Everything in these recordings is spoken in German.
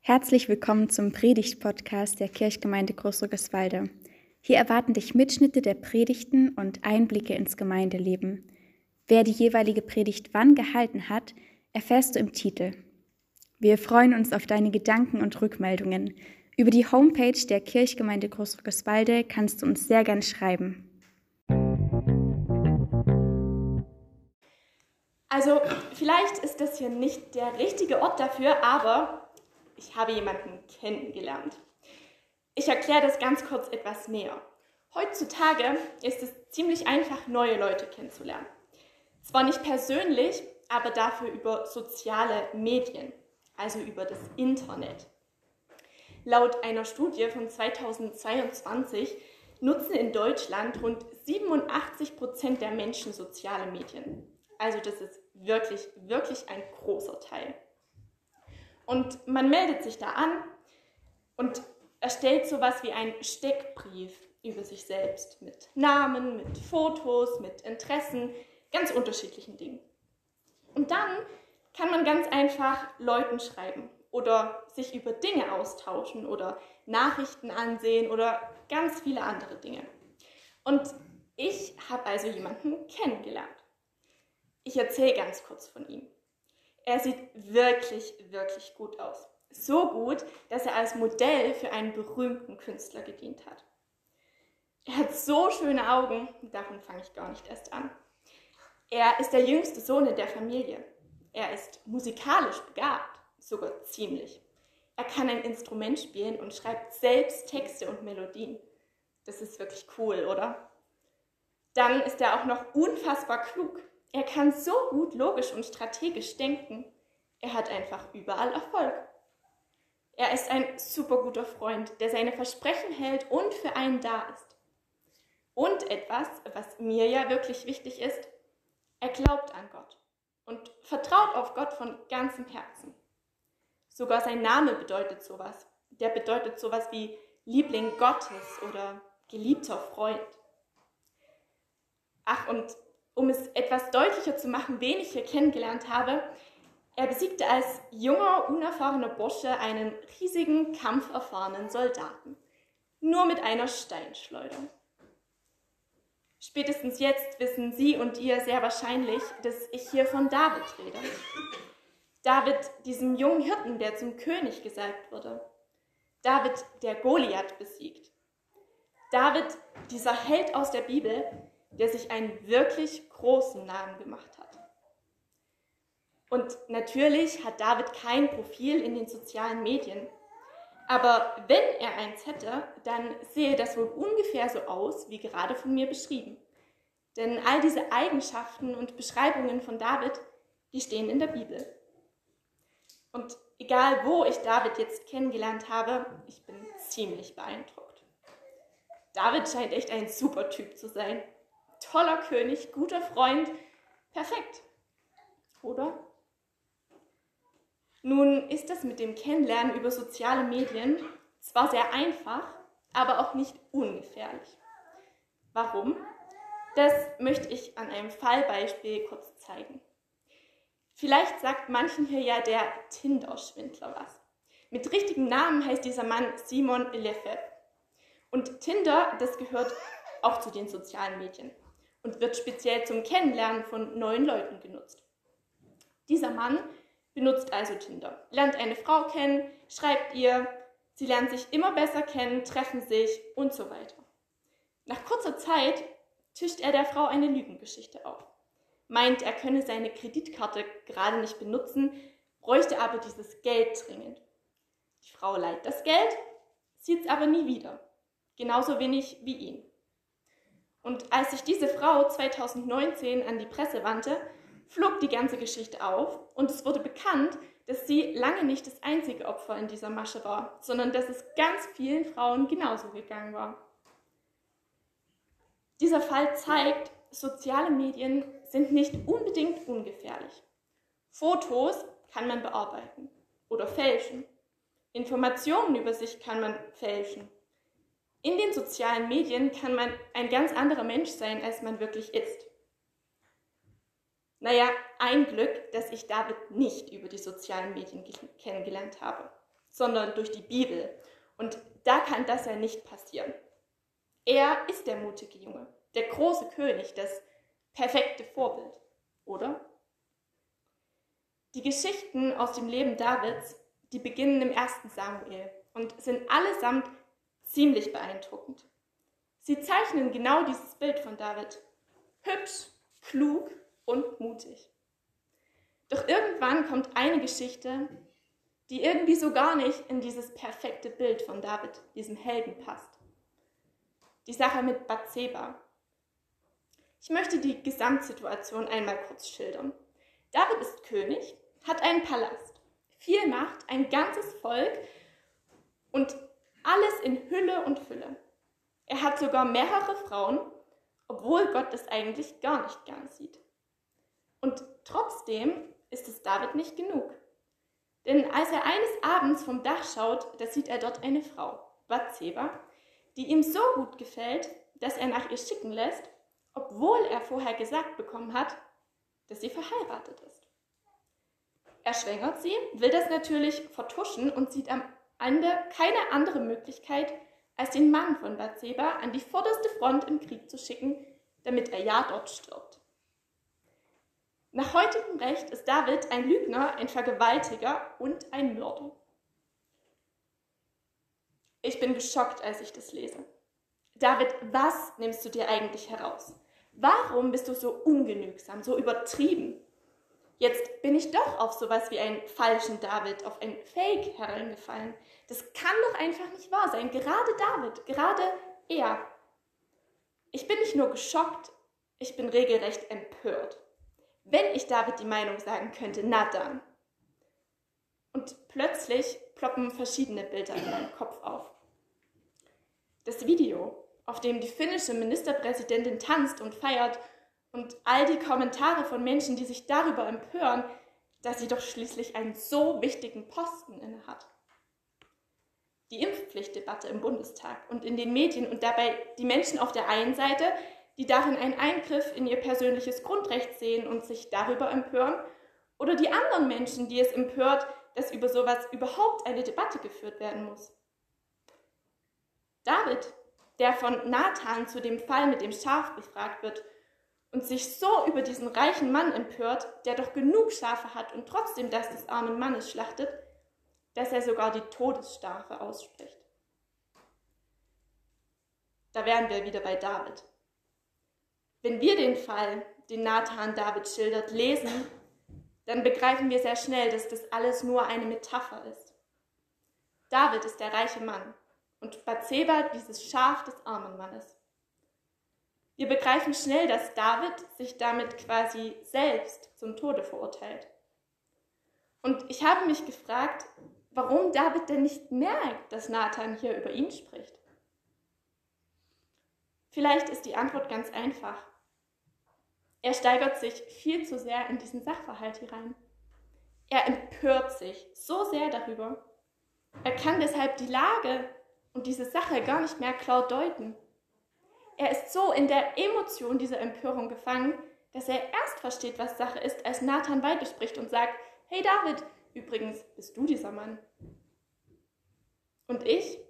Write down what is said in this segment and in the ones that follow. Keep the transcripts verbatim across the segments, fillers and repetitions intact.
Herzlich willkommen zum Predigt-Podcast der Kirchgemeinde Großrückerswalde. Hier erwarten dich Mitschnitte der Predigten und Einblicke ins Gemeindeleben. Wer die jeweilige Predigt wann gehalten hat, erfährst du im Titel. Wir freuen uns auf deine Gedanken und Rückmeldungen. Über die Homepage der Kirchgemeinde Großrückerswalde kannst du uns sehr gern schreiben. Also vielleicht ist das hier nicht der richtige Ort dafür, aber ich habe jemanden kennengelernt. Ich erkläre das ganz kurz etwas näher. Heutzutage ist es ziemlich einfach, neue Leute kennenzulernen. Zwar nicht persönlich, aber dafür über soziale Medien, also über das Internet. Laut einer Studie von zweitausendzweiundzwanzig nutzen in Deutschland rund siebenundachtzig Prozent der Menschen soziale Medien. Also das ist wirklich, wirklich ein großer Teil. Und man meldet sich da an und erstellt sowas wie einen Steckbrief über sich selbst mit Namen, mit Fotos, mit Interessen, ganz unterschiedlichen Dingen. Und dann kann man ganz einfach Leuten schreiben oder sich über Dinge austauschen oder Nachrichten ansehen oder ganz viele andere Dinge. Und ich habe also jemanden kennengelernt. Ich erzähle ganz kurz von ihm. Er sieht wirklich, wirklich gut aus. So gut, dass er als Modell für einen berühmten Künstler gedient hat. Er hat so schöne Augen, davon fange ich gar nicht erst an. Er ist der jüngste Sohn in der Familie. Er ist musikalisch begabt, sogar ziemlich. Er kann ein Instrument spielen und schreibt selbst Texte und Melodien. Das ist wirklich cool, oder? Dann ist er auch noch unfassbar klug. Er kann so gut logisch und strategisch denken. Er hat einfach überall Erfolg. Er ist ein super guter Freund, der seine Versprechen hält und für einen da ist. Und etwas, was mir ja wirklich wichtig ist, er glaubt an Gott und vertraut auf Gott von ganzem Herzen. Sogar sein Name bedeutet sowas. Der bedeutet sowas wie Liebling Gottes oder geliebter Freund. Ach, und um es etwas deutlicher zu machen, wen ich hier kennengelernt habe, er besiegte als junger, unerfahrener Bursche einen riesigen, kampferfahrenen Soldaten. Nur mit einer Steinschleuder. Spätestens jetzt wissen Sie und ihr sehr wahrscheinlich, dass ich hier von David rede. David, diesem jungen Hirten, der zum König gesalbt wurde. David, der Goliath besiegt. David, dieser Held aus der Bibel, der sich einen wirklich großen Namen gemacht hat. Und natürlich hat David kein Profil in den sozialen Medien. Aber wenn er eins hätte, dann sehe das wohl ungefähr so aus, wie gerade von mir beschrieben. Denn all diese Eigenschaften und Beschreibungen von David, die stehen in der Bibel. Und egal wo ich David jetzt kennengelernt habe, ich bin ziemlich beeindruckt. David scheint echt ein super Typ zu sein. Toller König, guter Freund, perfekt, oder? Nun ist das mit dem Kennenlernen über soziale Medien zwar sehr einfach, aber auch nicht ungefährlich. Warum? Das möchte ich an einem Fallbeispiel kurz zeigen. Vielleicht sagt manchen hier ja der Tinder-Schwindler was. Mit richtigem Namen heißt dieser Mann Simon Lefebvre. Und Tinder, das gehört auch zu den sozialen Medien und wird speziell zum Kennenlernen von neuen Leuten genutzt. Dieser Mann benutzt also Tinder, lernt eine Frau kennen, schreibt ihr, sie lernen sich immer besser kennen, treffen sich und so weiter. Nach kurzer Zeit tischt er der Frau eine Lügengeschichte auf, meint, er könne seine Kreditkarte gerade nicht benutzen, bräuchte aber dieses Geld dringend. Die Frau leiht das Geld, sieht es aber nie wieder, genauso wenig wie ihn. Und als sich diese Frau zweitausendneunzehn an die Presse wandte, flog die ganze Geschichte auf und es wurde bekannt, dass sie lange nicht das einzige Opfer in dieser Masche war, sondern dass es ganz vielen Frauen genauso gegangen war. Dieser Fall zeigt, soziale Medien sind nicht unbedingt ungefährlich. Fotos kann man bearbeiten oder fälschen. Informationen über sich kann man fälschen. In den sozialen Medien kann man ein ganz anderer Mensch sein, als man wirklich ist. Naja, ein Glück, dass ich David nicht über die sozialen Medien kennengelernt habe. sondern durch die Bibel. Und da kann das ja nicht passieren. Er ist der mutige Junge, der große König, das perfekte Vorbild, oder? Die Geschichten aus dem Leben Davids, die beginnen im ersten Samuel und sind allesamt ziemlich beeindruckend. Sie zeichnen genau dieses Bild von David. Hübsch, klug und mutig. Doch irgendwann kommt eine Geschichte, die irgendwie so gar nicht in dieses perfekte Bild von David, diesem Helden, passt. Die Sache mit Bathseba. Ich möchte die Gesamtsituation einmal kurz schildern. David ist König, hat einen Palast, viel Macht, ein ganzes Volk und alles in Hülle und Fülle. Er hat sogar mehrere Frauen, obwohl Gott es eigentlich gar nicht gern sieht. Und trotzdem ist es David nicht genug. Denn als er eines Abends vom Dach schaut, da sieht er dort eine Frau, Bathseba, die ihm so gut gefällt, dass er nach ihr schicken lässt, obwohl er vorher gesagt bekommen hat, dass sie verheiratet ist. Er schwängert sie, will das natürlich vertuschen und sieht am Ende keine andere Möglichkeit, als den Mann von Bathseba an die vorderste Front im Krieg zu schicken, damit er ja dort stirbt. Nach heutigem Recht ist David ein Lügner, ein Vergewaltiger und ein Mörder. Ich bin geschockt, als ich das lese. David, was nimmst du dir eigentlich heraus? Warum bist du so ungenügsam, so übertrieben? Jetzt bin ich doch auf sowas wie einen falschen David, auf ein Fake hereingefallen. Das kann doch einfach nicht wahr sein. Gerade David, gerade er. Ich bin nicht nur geschockt, ich bin regelrecht empört. Wenn ich David die Meinung sagen könnte, na dann. Und plötzlich ploppen verschiedene Bilder in meinem Kopf auf. Das Video, auf dem die finnische Ministerpräsidentin tanzt und feiert, und all die Kommentare von Menschen, die sich darüber empören, dass sie doch schließlich einen so wichtigen Posten innehat. Die Impfpflichtdebatte im Bundestag und in den Medien und dabei die Menschen auf der einen Seite, die darin einen Eingriff in ihr persönliches Grundrecht sehen und sich darüber empören, oder die anderen Menschen, die es empört, dass über sowas überhaupt eine Debatte geführt werden muss. David, der von Nathan zu dem Fall mit dem Schaf befragt wird und sich so über diesen reichen Mann empört, der doch genug Schafe hat und trotzdem das des armen Mannes schlachtet, dass er sogar die Todesstrafe ausspricht. Da wären wir wieder bei David. Wenn wir den Fall, den Nathan David schildert, lesen, dann begreifen wir sehr schnell, dass das alles nur eine Metapher ist. David ist der reiche Mann und Bathseba dieses Schaf des armen Mannes. Wir begreifen schnell, dass David sich damit quasi selbst zum Tode verurteilt. Und ich habe mich gefragt, warum David denn nicht merkt, dass Nathan hier über ihn spricht. Vielleicht ist die Antwort ganz einfach. Er steigert sich viel zu sehr in diesen Sachverhalt hinein. Er empört sich so sehr darüber. Er kann deshalb die Lage und diese Sache gar nicht mehr klar deuten. Er ist so in der Emotion dieser Empörung gefangen, dass er erst versteht, was Sache ist, als Nathan weiterspricht und sagt, hey David, übrigens bist du dieser Mann. Und ich?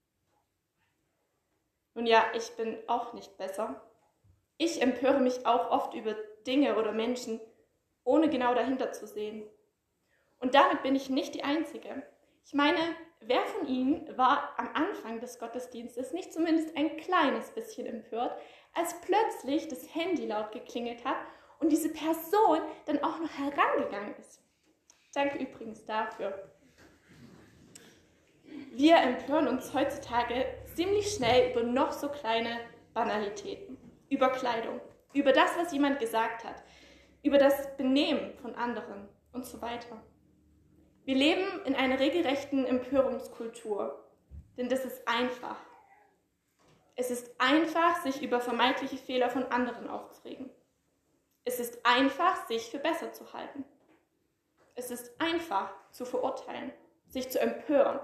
Nun ja, ich bin auch nicht besser. Ich empöre mich auch oft über Dinge oder Menschen, ohne genau dahinter zu sehen. Und damit bin ich nicht die Einzige. Ich meine, wer von Ihnen war am Anfang des Gottesdienstes nicht zumindest ein kleines bisschen empört, als plötzlich das Handy laut geklingelt hat und diese Person dann auch noch herangegangen ist? Danke übrigens dafür. Wir empören uns heutzutage ziemlich schnell über noch so kleine Banalitäten, über Kleidung, über das, was jemand gesagt hat, über das Benehmen von anderen und so weiter. Wir leben in einer regelrechten Empörungskultur, denn das ist einfach. Es ist einfach, sich über vermeintliche Fehler von anderen aufzuregen. Es ist einfach, sich für besser zu halten. Es ist einfach, zu verurteilen, sich zu empören.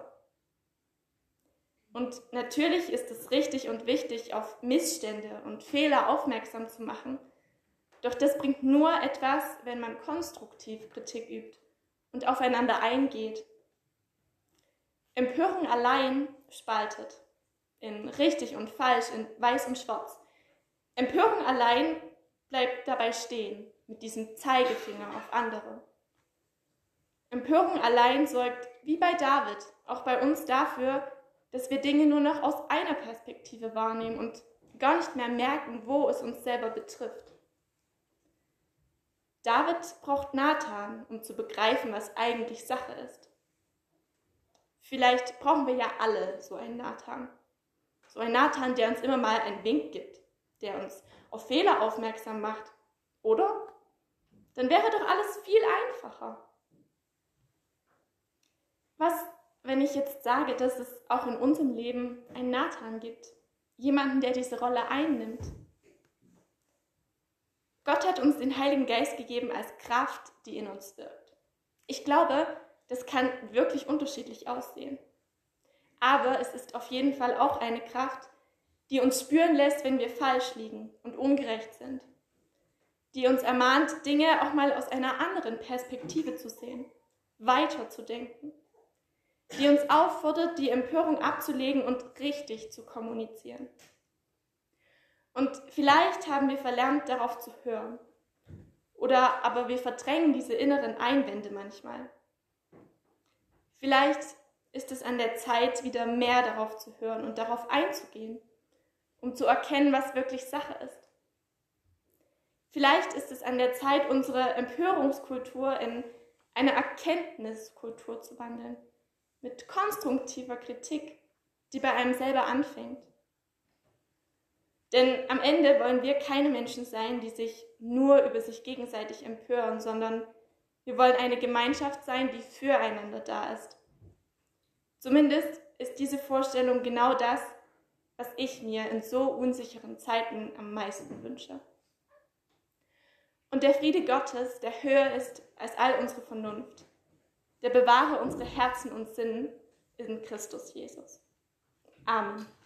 Und natürlich ist es richtig und wichtig, auf Missstände und Fehler aufmerksam zu machen. Doch das bringt nur etwas, wenn man konstruktiv Kritik übt und aufeinander eingeht. Empörung allein spaltet in richtig und falsch, in weiß und schwarz. Empörung allein bleibt dabei stehen, mit diesem Zeigefinger auf andere. Empörung allein sorgt, wie bei David, auch bei uns dafür, dass wir Dinge nur noch aus einer Perspektive wahrnehmen und gar nicht mehr merken, wo es uns selber betrifft. David braucht Nathan, um zu begreifen, was eigentlich Sache ist. Vielleicht brauchen wir ja alle so einen Nathan. So einen Nathan, der uns immer mal einen Wink gibt, der uns auf Fehler aufmerksam macht. Oder? Dann wäre doch alles viel einfacher. Was, wenn ich jetzt sage, dass es auch in unserem Leben einen Nathan gibt? Jemanden, der diese Rolle einnimmt. Gott hat uns den Heiligen Geist gegeben als Kraft, die in uns wirkt. Ich glaube, das kann wirklich unterschiedlich aussehen. Aber es ist auf jeden Fall auch eine Kraft, die uns spüren lässt, wenn wir falsch liegen und ungerecht sind. Die uns ermahnt, Dinge auch mal aus einer anderen Perspektive zu sehen, weiter zu denken. Die uns auffordert, die Empörung abzulegen und richtig zu kommunizieren. Und vielleicht haben wir verlernt, darauf zu hören. Oder aber wir verdrängen diese inneren Einwände manchmal. Vielleicht ist es an der Zeit, wieder mehr darauf zu hören und darauf einzugehen, um zu erkennen, was wirklich Sache ist. Vielleicht ist es an der Zeit, unsere Empörungskultur in eine Erkenntniskultur zu wandeln, mit konstruktiver Kritik, die bei einem selber anfängt. Denn am Ende wollen wir keine Menschen sein, die sich nur über sich gegenseitig empören, sondern wir wollen eine Gemeinschaft sein, die füreinander da ist. Zumindest ist diese Vorstellung genau das, was ich mir in so unsicheren Zeiten am meisten wünsche. Und der Friede Gottes, der höher ist als all unsere Vernunft, der bewahre unsere Herzen und Sinn in Christus Jesus. Amen.